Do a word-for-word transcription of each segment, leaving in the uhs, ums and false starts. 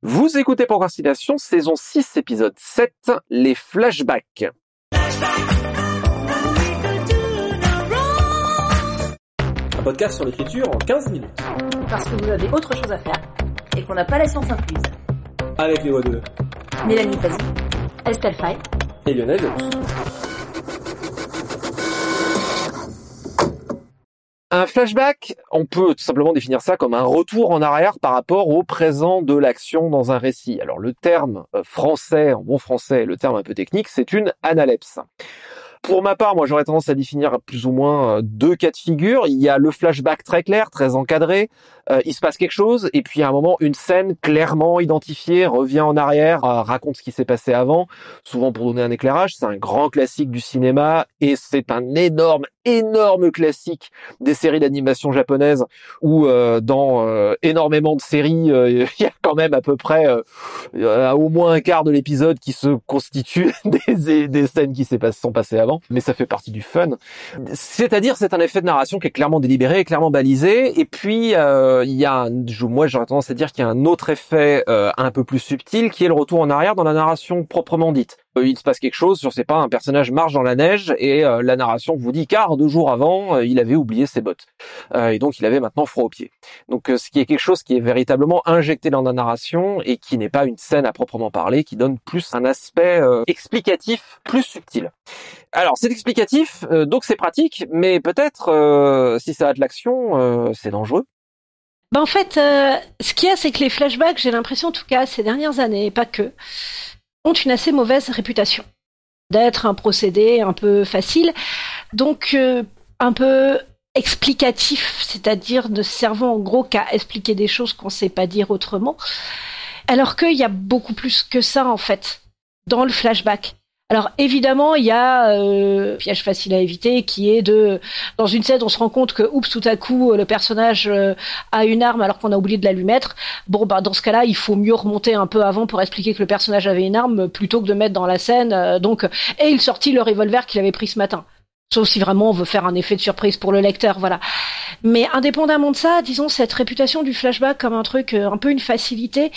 Vous écoutez Procrastination, saison six, épisode sept, les flashbacks. Un podcast sur l'écriture en quinze minutes. Parce que vous avez autre chose à faire et qu'on n'a pas la science incluse. Avec les voix de Mélanie Fazi, Estelle Faye et Lionel Delous. Un flashback, on peut tout simplement définir ça comme un retour en arrière par rapport au présent de l'action dans un récit. Alors le terme français, en bon français, le terme un peu technique, c'est une analepse. Pour ma part, moi j'aurais tendance à définir plus ou moins deux cas de figure. Il y a le flashback très clair, très encadré, euh, il se passe quelque chose, et puis à un moment, une scène clairement identifiée revient en arrière, euh, raconte ce qui s'est passé avant, souvent pour donner un éclairage. C'est un grand classique du cinéma, et c'est un énorme, énorme classique des séries d'animation japonaises, où euh, dans euh, énormément de séries, euh, il y a quand même à peu près euh, au moins un quart de l'épisode qui se constitue des, des scènes qui s'est pas, sont passées avant. Mais ça fait partie du fun. C'est-à-dire, c'est un effet de narration qui est clairement délibéré, clairement balisé. Et puis, euh, il y a, un, moi, j'aurais tendance à dire qu'il y a un autre effet euh, un peu plus subtil, qui est le retour en arrière dans la narration proprement dite. Euh, il se passe quelque chose, je sais pas, un personnage marche dans la neige et euh, la narration vous dit car deux jours avant, euh, il avait oublié ses bottes. Euh, et donc, il avait maintenant froid aux pieds. Donc, euh, ce qui est quelque chose qui est véritablement injecté dans la narration et qui n'est pas une scène à proprement parler, qui donne plus un aspect euh, explicatif, plus subtil. Alors, c'est explicatif, euh, donc c'est pratique, mais peut-être, euh, si ça a de l'action, euh, c'est dangereux. Ben en fait, euh, ce qu'il y a, c'est que les flashbacks, j'ai l'impression, en tout cas, ces dernières années, et pas que, ont une assez mauvaise réputation. D'être un procédé un peu facile, donc euh, un peu explicatif, c'est-à-dire ne servant en gros qu'à expliquer des choses qu'on sait pas dire autrement, alors qu'il y a beaucoup plus que ça, en fait, dans le flashback. Alors évidemment, il y a euh, piège facile à éviter qui est de dans une scène on se rend compte que oups tout à coup le personnage euh, a une arme alors qu'on a oublié de la lui mettre. Bon bah dans ce cas-là, il faut mieux remonter un peu avant pour expliquer que le personnage avait une arme plutôt que de mettre dans la scène euh, donc et il sortit le revolver qu'il avait pris ce matin. Sauf si vraiment on veut faire un effet de surprise pour le lecteur, voilà. Mais indépendamment de ça, disons cette réputation du flashback comme un truc euh, un peu une facilité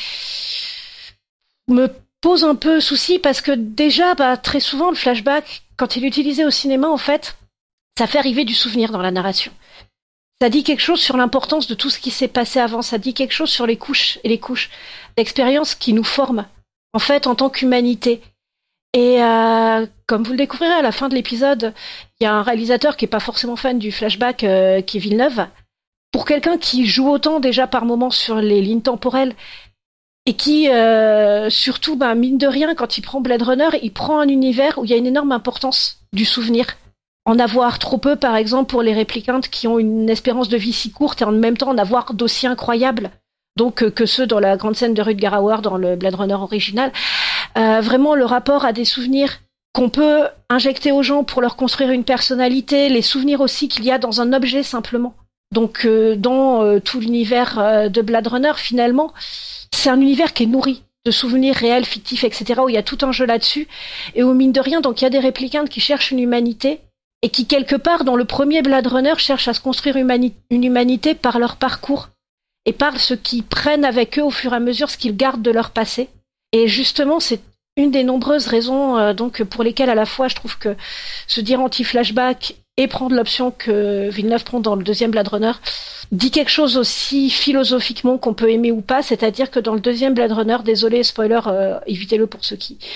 me pose un peu souci parce que déjà, bah, très souvent, le flashback, quand il est utilisé au cinéma, en fait, ça fait arriver du souvenir dans la narration. Ça dit quelque chose sur l'importance de tout ce qui s'est passé avant. Ça dit quelque chose sur les couches et les couches d'expériences qui nous forment, en fait, en tant qu'humanité. Et euh, comme vous le découvrirez à la fin de l'épisode, il y a un réalisateur qui est pas forcément fan du flashback, euh, qui est Villeneuve. Pour quelqu'un qui joue autant déjà par moments sur les lignes temporelles, et qui, euh, surtout, ben, mine de rien, quand il prend Blade Runner, il prend un univers où il y a une énorme importance du souvenir. En avoir trop peu, par exemple, pour les réplicantes qui ont une espérance de vie si courte et en même temps en avoir d'aussi incroyables, donc euh, que ceux dans la grande scène de Rutger Hauer dans le Blade Runner original. Euh, vraiment, le rapport à des souvenirs qu'on peut injecter aux gens pour leur construire une personnalité, les souvenirs aussi qu'il y a dans un objet simplement. Donc, euh, dans euh, tout l'univers euh, de Blade Runner, finalement, c'est un univers qui est nourri de souvenirs réels, fictifs, et cetera, où il y a tout un jeu là-dessus, et où, mine de rien, donc il y a des réplicantes qui cherchent une humanité, et qui, quelque part, dans le premier Blade Runner, cherchent à se construire humani- une humanité par leur parcours, et par ce qu'ils prennent avec eux au fur et à mesure, ce qu'ils gardent de leur passé. Et justement, c'est une des nombreuses raisons euh, donc pour lesquelles, à la fois, je trouve que se dire anti-flashback et prendre l'option que Villeneuve prend dans le deuxième Blade Runner dit quelque chose aussi philosophiquement qu'on peut aimer ou pas, c'est-à-dire que dans le deuxième Blade Runner, désolé, spoiler, euh, évitez-le pour ceux qui...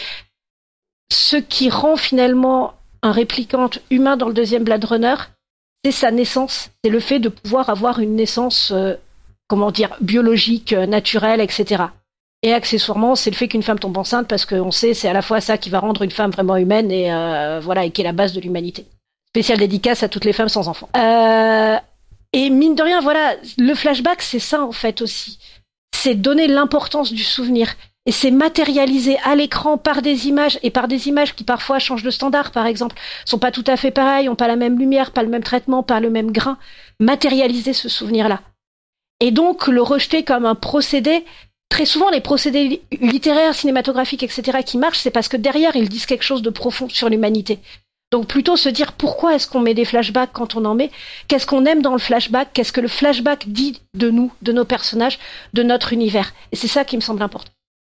Ce qui rend finalement un réplicante humain dans le deuxième Blade Runner, c'est sa naissance, c'est le fait de pouvoir avoir une naissance, euh, comment dire, biologique, euh, naturelle, et cetera. Et accessoirement, c'est le fait qu'une femme tombe enceinte, parce qu'on sait, c'est à la fois ça qui va rendre une femme vraiment humaine, et euh, voilà, et qui est la base de l'humanité. Spéciale dédicace à toutes les femmes sans enfants. Euh, et mine de rien, voilà, le flashback, c'est ça en fait aussi. C'est donner l'importance du souvenir. Et c'est matérialisé à l'écran par des images, et par des images qui parfois changent de standard, par exemple. Sont pas tout à fait pareilles, ont pas la même lumière, pas le même traitement, pas le même grain. Matérialiser ce souvenir-là. Et donc, le rejeter comme un procédé, très souvent, les procédés littéraires, cinématographiques, et cetera qui marchent, c'est parce que derrière, ils disent quelque chose de profond sur l'humanité. Donc plutôt se dire pourquoi est-ce qu'on met des flashbacks quand on en met, qu'est-ce qu'on aime dans le flashback, qu'est-ce que le flashback dit de nous, de nos personnages, de notre univers. Et c'est ça qui me semble important.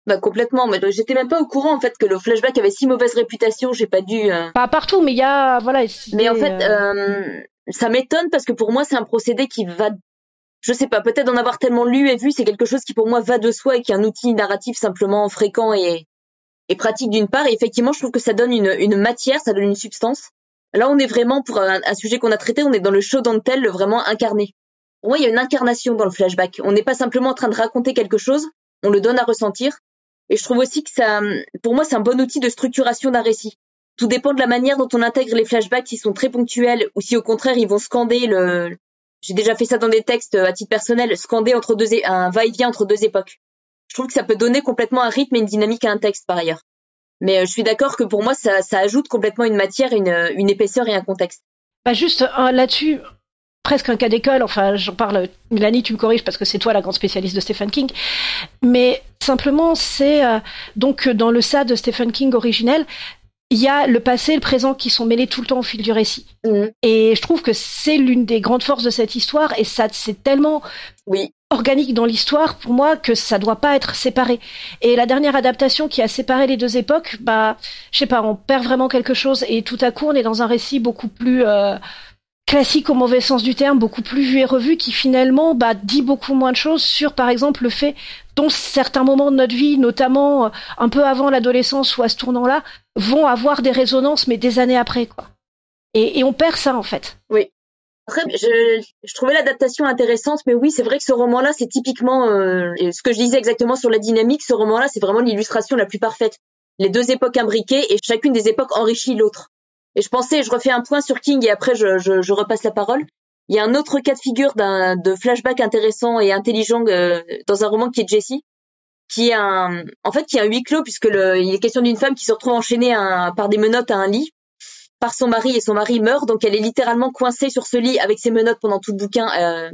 Bah complètement, mais j'étais même pas au courant en fait que le flashback avait si mauvaise réputation, j'ai pas dû... Euh... Pas partout, mais il y a... voilà. Mais en fait, euh... Euh, ça m'étonne parce que pour moi c'est un procédé qui va... Je sais pas, peut-être d'en avoir tellement lu et vu, c'est quelque chose qui pour moi va de soi et qui est un outil narratif simplement fréquent et, et pratique d'une part. Et effectivement, je trouve que ça donne une, une matière, ça donne une substance. Là, on est vraiment, pour un, un sujet qu'on a traité, on est dans le show don't tell, vraiment incarné. Pour moi, il y a une incarnation dans le flashback. On n'est pas simplement en train de raconter quelque chose, on le donne à ressentir. Et je trouve aussi que ça, pour moi, c'est un bon outil de structuration d'un récit. Tout dépend de la manière dont on intègre les flashbacks, s'ils sont très ponctuels ou si au contraire ils vont scander le... J'ai déjà fait ça dans des textes à titre personnel, scander entre deux, é... un va-et-vient entre deux époques. Je trouve que ça peut donner complètement un rythme et une dynamique à un texte par ailleurs. Mais euh, je suis d'accord que pour moi, ça, ça ajoute complètement une matière, une, une épaisseur et un contexte. Bah juste euh, là-dessus, presque un cas d'école, enfin j'en parle, Mélanie tu me corriges parce que c'est toi la grande spécialiste de Stephen King, mais simplement c'est euh, donc dans le S A de Stephen King originel, il y a le passé et le présent qui sont mêlés tout le temps au fil du récit. Mmh. Et je trouve que c'est l'une des grandes forces de cette histoire et ça c'est tellement oui. organique dans l'histoire pour moi que ça doit pas être séparé. Et la dernière adaptation qui a séparé les deux époques, bah je sais pas, on perd vraiment quelque chose et tout à coup on est dans un récit beaucoup plus euh, classique au mauvais sens du terme, beaucoup plus vu et revu, qui finalement bah, dit beaucoup moins de choses sur, par exemple, le fait dont certains moments de notre vie, notamment un peu avant l'adolescence ou à ce tournant-là, vont avoir des résonances, mais des années après, quoi. Et, et on perd ça, en fait. Oui. Après, je, je trouvais l'adaptation intéressante, mais oui, c'est vrai que ce roman-là, c'est typiquement euh, ce que je disais exactement sur la dynamique. Ce roman-là, c'est vraiment l'illustration la plus parfaite. Les deux époques imbriquées et chacune des époques enrichit l'autre. Et je pensais, je refais un point sur King et après je, je, je repasse la parole. Il y a un autre cas de figure d'un de flashback intéressant et intelligent euh, dans un roman qui est Jessie, qui est un, en fait, qui est un huis clos puisque le, il est question d'une femme qui se retrouve enchaînée un, par des menottes à un lit par son mari et son mari meurt, donc elle est littéralement coincée sur ce lit avec ses menottes pendant tout le bouquin. Euh,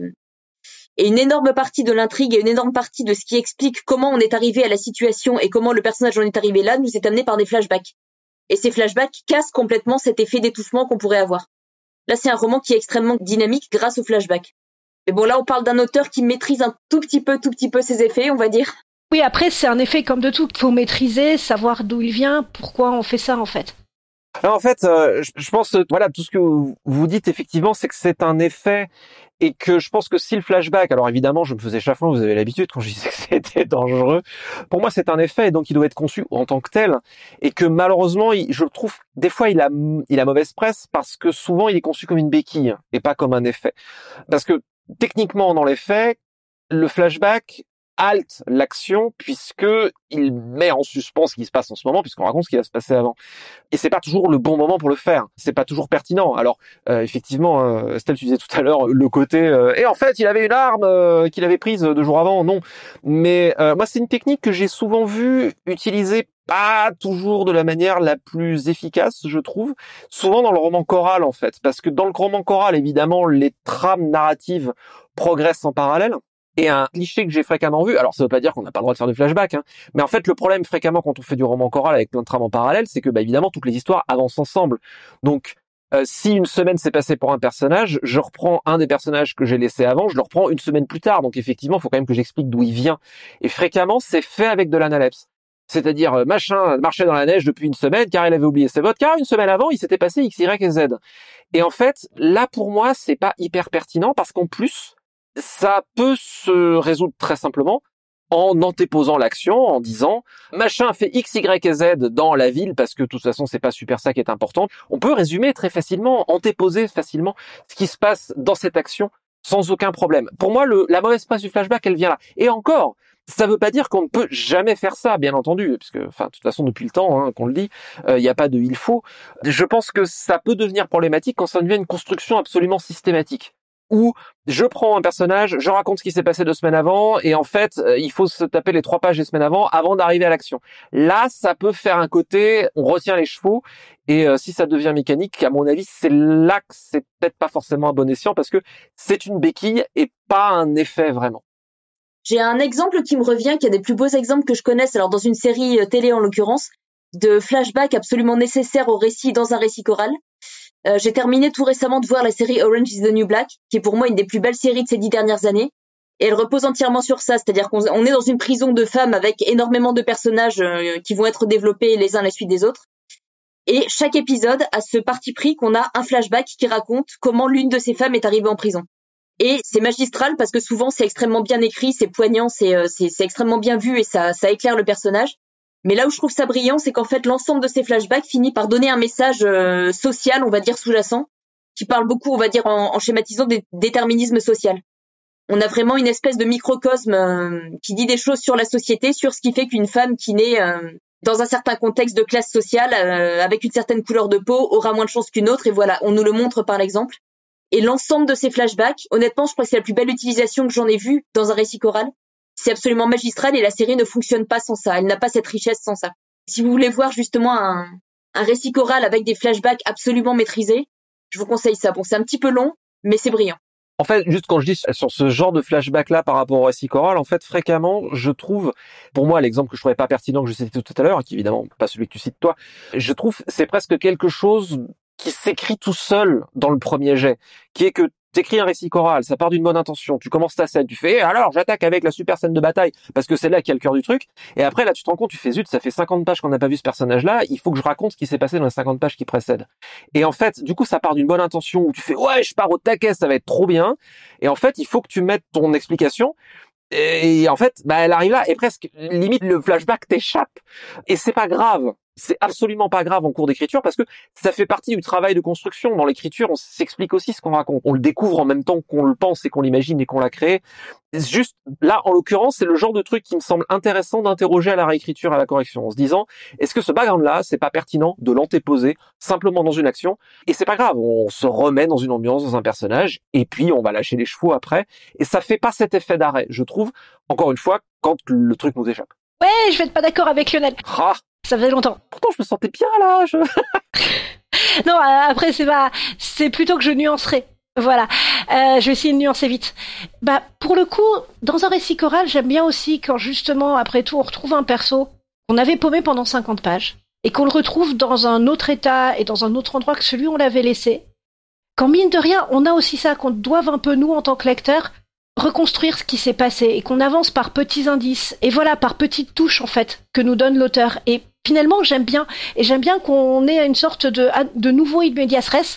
et une énorme partie de l'intrigue et une énorme partie de ce qui explique comment on est arrivé à la situation et comment le personnage en est arrivé là nous est amené par des flashbacks. Et ces flashbacks cassent complètement cet effet d'étouffement qu'on pourrait avoir. Là, c'est un roman qui est extrêmement dynamique grâce aux flashbacks. Mais bon, là, on parle d'un auteur qui maîtrise un tout petit peu, tout petit peu ses effets, on va dire. Oui, après, c'est un effet comme de tout. Il faut maîtriser, savoir d'où il vient, pourquoi on fait ça, en fait. Alors, en fait, euh, je pense, voilà, tout ce que vous dites, effectivement, c'est que c'est un effet et que je pense que si le flashback, alors évidemment, je me faisais chafouin, vous avez l'habitude quand je disais que c'était dangereux. Pour moi, c'est un effet et donc il doit être conçu en tant que tel et que malheureusement, il, je trouve, des fois, il a, il a mauvaise presse parce que souvent, il est conçu comme une béquille et pas comme un effet. Parce que techniquement, dans les faits, le flashback halte l'action puisque il met en suspens ce qui se passe en ce moment puisqu'on raconte ce qui va se passer avant. Et c'est pas toujours le bon moment pour le faire. C'est pas toujours pertinent. Alors euh, effectivement, euh, Steph, tu disais tout à l'heure le côté euh, et en fait il avait une arme euh, qu'il avait prise deux jours avant. Non, mais euh, moi c'est une technique que j'ai souvent vue utilisée pas toujours de la manière la plus efficace, je trouve. Souvent dans le roman choral en fait, parce que dans le roman choral évidemment les trames narratives progressent en parallèle. Et un cliché que j'ai fréquemment vu, alors ça veut pas dire qu'on n'a pas le droit de faire du flashback, hein, mais en fait le problème fréquemment quand on fait du roman choral avec plein de trames en parallèle, c'est que bah évidemment toutes les histoires avancent ensemble. Donc euh, si une semaine s'est passée pour un personnage, je reprends un des personnages que j'ai laissé avant, je le reprends une semaine plus tard. Donc effectivement, il faut quand même que j'explique d'où il vient. Et fréquemment, c'est fait avec de l'analepse. C'est-à-dire, euh, machin marchait dans la neige depuis une semaine car il avait oublié ses bottes, car une semaine avant, il s'était passé X, Y et Z. Et en fait, là pour moi, c'est pas hyper pertinent parce qu'en plus, ça peut se résoudre très simplement en antéposant l'action, en disant machin fait X, Y et Z dans la ville parce que de toute façon c'est pas super ça qui est important. On peut résumer très facilement, antéposer facilement ce qui se passe dans cette action sans aucun problème. Pour moi, le, la mauvaise presse du flashback, elle vient là. Et encore, ça veut pas dire qu'on ne peut jamais faire ça, bien entendu, puisque, enfin, de toute façon, depuis le temps hein, qu'on le dit, il euh, n'y a pas de il faut. Je pense que ça peut devenir problématique quand ça devient une construction absolument systématique. Où je prends un personnage, je raconte ce qui s'est passé deux semaines avant, et en fait, euh, il faut se taper les trois pages des semaines avant, avant d'arriver à l'action. Là, ça peut faire un côté, on retient les chevaux, et euh, si ça devient mécanique, à mon avis, c'est là que c'est peut-être pas forcément un bon escient, parce que c'est une béquille et pas un effet vraiment. J'ai un exemple qui me revient, qui est des plus beaux exemples que je connaisse, alors dans une série télé en l'occurrence, de flashback absolument nécessaire au récit, dans un récit choral. Euh, j'ai terminé tout récemment de voir la série Orange is the New Black, qui est pour moi une des plus belles séries de ces dix dernières années. Et elle repose entièrement sur ça, c'est-à-dire qu'on on est dans une prison de femmes avec énormément de personnages euh, qui vont être développés les uns à la suite des autres. Et chaque épisode a ce parti pris qu'on a un flashback qui raconte comment l'une de ces femmes est arrivée en prison. Et c'est magistral parce que souvent c'est extrêmement bien écrit, c'est poignant, c'est, euh, c'est, c'est extrêmement bien vu et ça, ça éclaire le personnage. Mais là où je trouve ça brillant, c'est qu'en fait l'ensemble de ces flashbacks finit par donner un message euh, social, on va dire sous-jacent, qui parle beaucoup, on va dire en, en schématisant, des déterminisme social. On a vraiment une espèce de microcosme euh, qui dit des choses sur la société, sur ce qui fait qu'une femme qui naît euh, dans un certain contexte de classe sociale, euh, avec une certaine couleur de peau, aura moins de chance qu'une autre. Et voilà, on nous le montre par l'exemple. Et l'ensemble de ces flashbacks, honnêtement, je crois que c'est la plus belle utilisation que j'en ai vue dans un récit choral. C'est absolument magistral et la série ne fonctionne pas sans ça. Elle n'a pas cette richesse sans ça. Si vous voulez voir justement un, un récit choral avec des flashbacks absolument maîtrisés, je vous conseille ça. Bon, c'est un petit peu long, mais c'est brillant. En fait, juste quand je dis sur ce genre de flashback-là par rapport au récit choral, en fait, fréquemment, je trouve, pour moi, l'exemple que je trouvais pas pertinent que je citais tout à l'heure, et qui évidemment pas celui que tu cites toi, je trouve c'est presque quelque chose qui s'écrit tout seul dans le premier jet, qui est que t'écris un récit choral, ça part d'une bonne intention, tu commences ta scène, tu fais, eh, alors j'attaque avec la super scène de bataille, parce que c'est là qu'il y a le cœur du truc, et après là tu te rends compte, tu fais zut, ça fait cinquante pages qu'on n'a pas vu ce personnage-là, il faut que je raconte ce qui s'est passé dans les cinquante pages qui précèdent. Et en fait, du coup, ça part d'une bonne intention, où tu fais, ouais, je pars au taquet, ça va être trop bien, et en fait, il faut que tu mettes ton explication, et en fait, bah, elle arrive là, et presque, limite, le flashback t'échappe, et c'est pas grave. C'est absolument pas grave en cours d'écriture parce que ça fait partie du travail de construction. Dans l'écriture, on s'explique aussi ce qu'on raconte. On le découvre en même temps qu'on le pense et qu'on l'imagine et qu'on l'a créé. Juste, là, en l'occurrence, c'est le genre de truc qui me semble intéressant d'interroger à la réécriture, à la correction, en se disant, est-ce que ce background-là, c'est pas pertinent de l'antéposer simplement dans une action? Et c'est pas grave, on se remet dans une ambiance, dans un personnage, et puis on va lâcher les chevaux après. Et ça fait pas cet effet d'arrêt, je trouve, encore une fois, quand le truc nous échappe. Ouais, je vais être pas d'accord avec Lionel. Ah, ça faisait longtemps. Pourtant, je me sentais bien là. Je... non, après c'est pas, c'est plutôt que je nuancerai. Voilà, euh, je vais essayer de nuancer vite. Bah, pour le coup, dans un récit choral, j'aime bien aussi quand justement, après tout, on retrouve un perso qu'on avait paumé pendant cinquante pages et qu'on le retrouve dans un autre état et dans un autre endroit que celui où on l'avait laissé. Quand mine de rien, on a aussi ça, qu'on doive un peu nous en tant que lecteurs reconstruire ce qui s'est passé et qu'on avance par petits indices et voilà, par petites touches en fait que nous donne l'auteur. Et finalement, j'aime bien et j'aime bien qu'on ait une sorte de de nouveau in medias res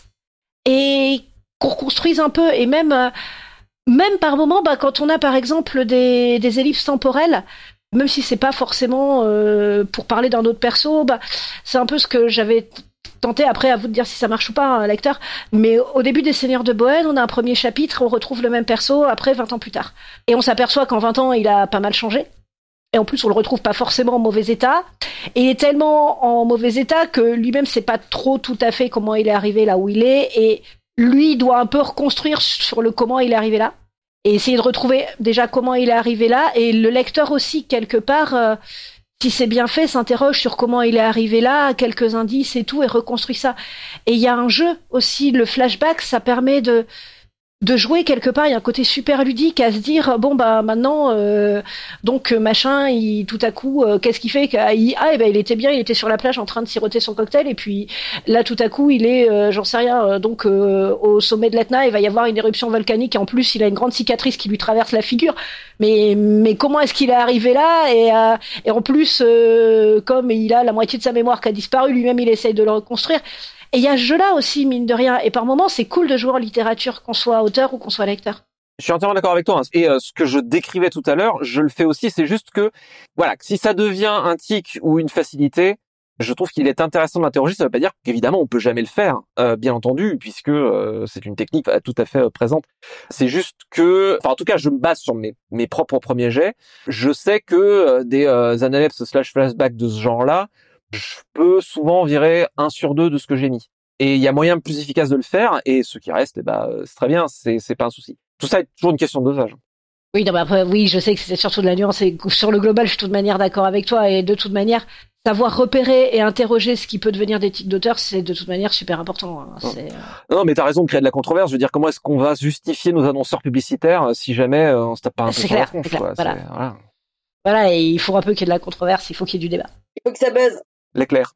et qu'on reconstruise un peu et même euh, même par moment, bah quand on a par exemple des des ellipses temporelles, même si c'est pas forcément euh, pour parler d'un autre perso, bah c'est un peu ce que j'avais tenté après, à vous de dire si ça marche ou pas, un lecteur, mais au début des Seigneurs de Bohème, on a un premier chapitre, on retrouve le même perso après vingt ans plus tard. Et on s'aperçoit qu'en vingt ans, il a pas mal changé. Et en plus, on le retrouve pas forcément en mauvais état. Et il est tellement en mauvais état que lui-même sait pas trop tout à fait comment il est arrivé là où il est. Et lui doit un peu reconstruire sur le comment il est arrivé là. Et essayer de retrouver déjà comment il est arrivé là. Et le lecteur aussi, quelque part... Euh, si c'est bien fait, s'interroge sur comment il est arrivé là, quelques indices et tout, et reconstruit ça. Et il y a un jeu aussi, le flashback, ça permet de de jouer quelque part. Il y a un côté super ludique à se dire bon bah maintenant euh, donc machin, il tout à coup euh, qu'est-ce qu'il fait ah, il, ah et ben il était bien, il était sur la plage en train de siroter son cocktail et puis là tout à coup il est euh, j'en sais rien euh, donc euh, au sommet de l'Etna, il va y avoir une éruption volcanique et en plus il a une grande cicatrice qui lui traverse la figure. Mais mais comment est-ce qu'il est arrivé là et euh, et en plus euh, comme il a la moitié de sa mémoire qui a disparu, lui-même il essaye de le reconstruire. Et il y a ce jeu-là aussi, mine de rien. Et par moments, c'est cool de jouer en littérature, qu'on soit auteur ou qu'on soit lecteur. Je suis entièrement d'accord avec toi. Hein. Et euh, ce que je décrivais tout à l'heure, je le fais aussi. C'est juste que, voilà, si ça devient un tic ou une facilité, je trouve qu'il est intéressant de l'interroger. Ça veut pas dire qu'évidemment, on peut jamais le faire, euh, bien entendu, puisque euh, c'est une technique euh, tout à fait euh, présente. C'est juste que, enfin, en tout cas, je me base sur mes, mes propres premiers jets. Je sais que euh, des euh, analepses slash flashbacks de ce genre-là, je peux souvent virer un sur deux de ce que j'ai mis. Et il y a moyen plus efficace de le faire, et ce qui reste, eh ben, c'est très bien, c'est, c'est pas un souci. Tout ça est toujours une question de dosage. Oui, non, mais après, oui, je sais que c'est surtout de la nuance, et sur le global, je suis de toute manière d'accord avec toi, et de toute manière, savoir repérer et interroger ce qui peut devenir des tics d'auteur, c'est de toute manière super important. Hein. C'est... Non, mais t'as raison de créer de la controverse. Je veux dire, comment est-ce qu'on va justifier nos annonceurs publicitaires si jamais euh, on se tape pas un peu c'est sur clair, la tronche, c'est clair, quoi. voilà. C'est, voilà. Voilà, et il faut un peu qu'il y ait de la controverse, il faut qu'il y ait du débat. Il faut que ça buzz. L'éclair.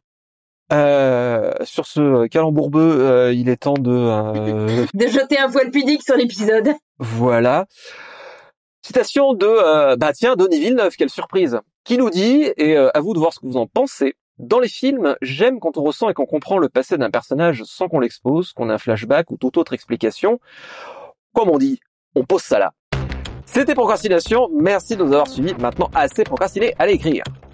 Euh, sur ce calembourbeux, euh, il est temps de... Euh... de jeter un voile pudique sur l'épisode. Voilà. Citation de, euh, bah tiens, Denis Villeneuve, quelle surprise, qui nous dit, et euh, à vous de voir ce que vous en pensez, dans les films, j'aime quand on ressent et qu'on comprend le passé d'un personnage sans qu'on l'expose, qu'on a un flashback ou toute autre explication. Comme on dit, on pose ça là. C'était Procrastination, merci de nous avoir suivis, maintenant assez procrastiné, allez écrire.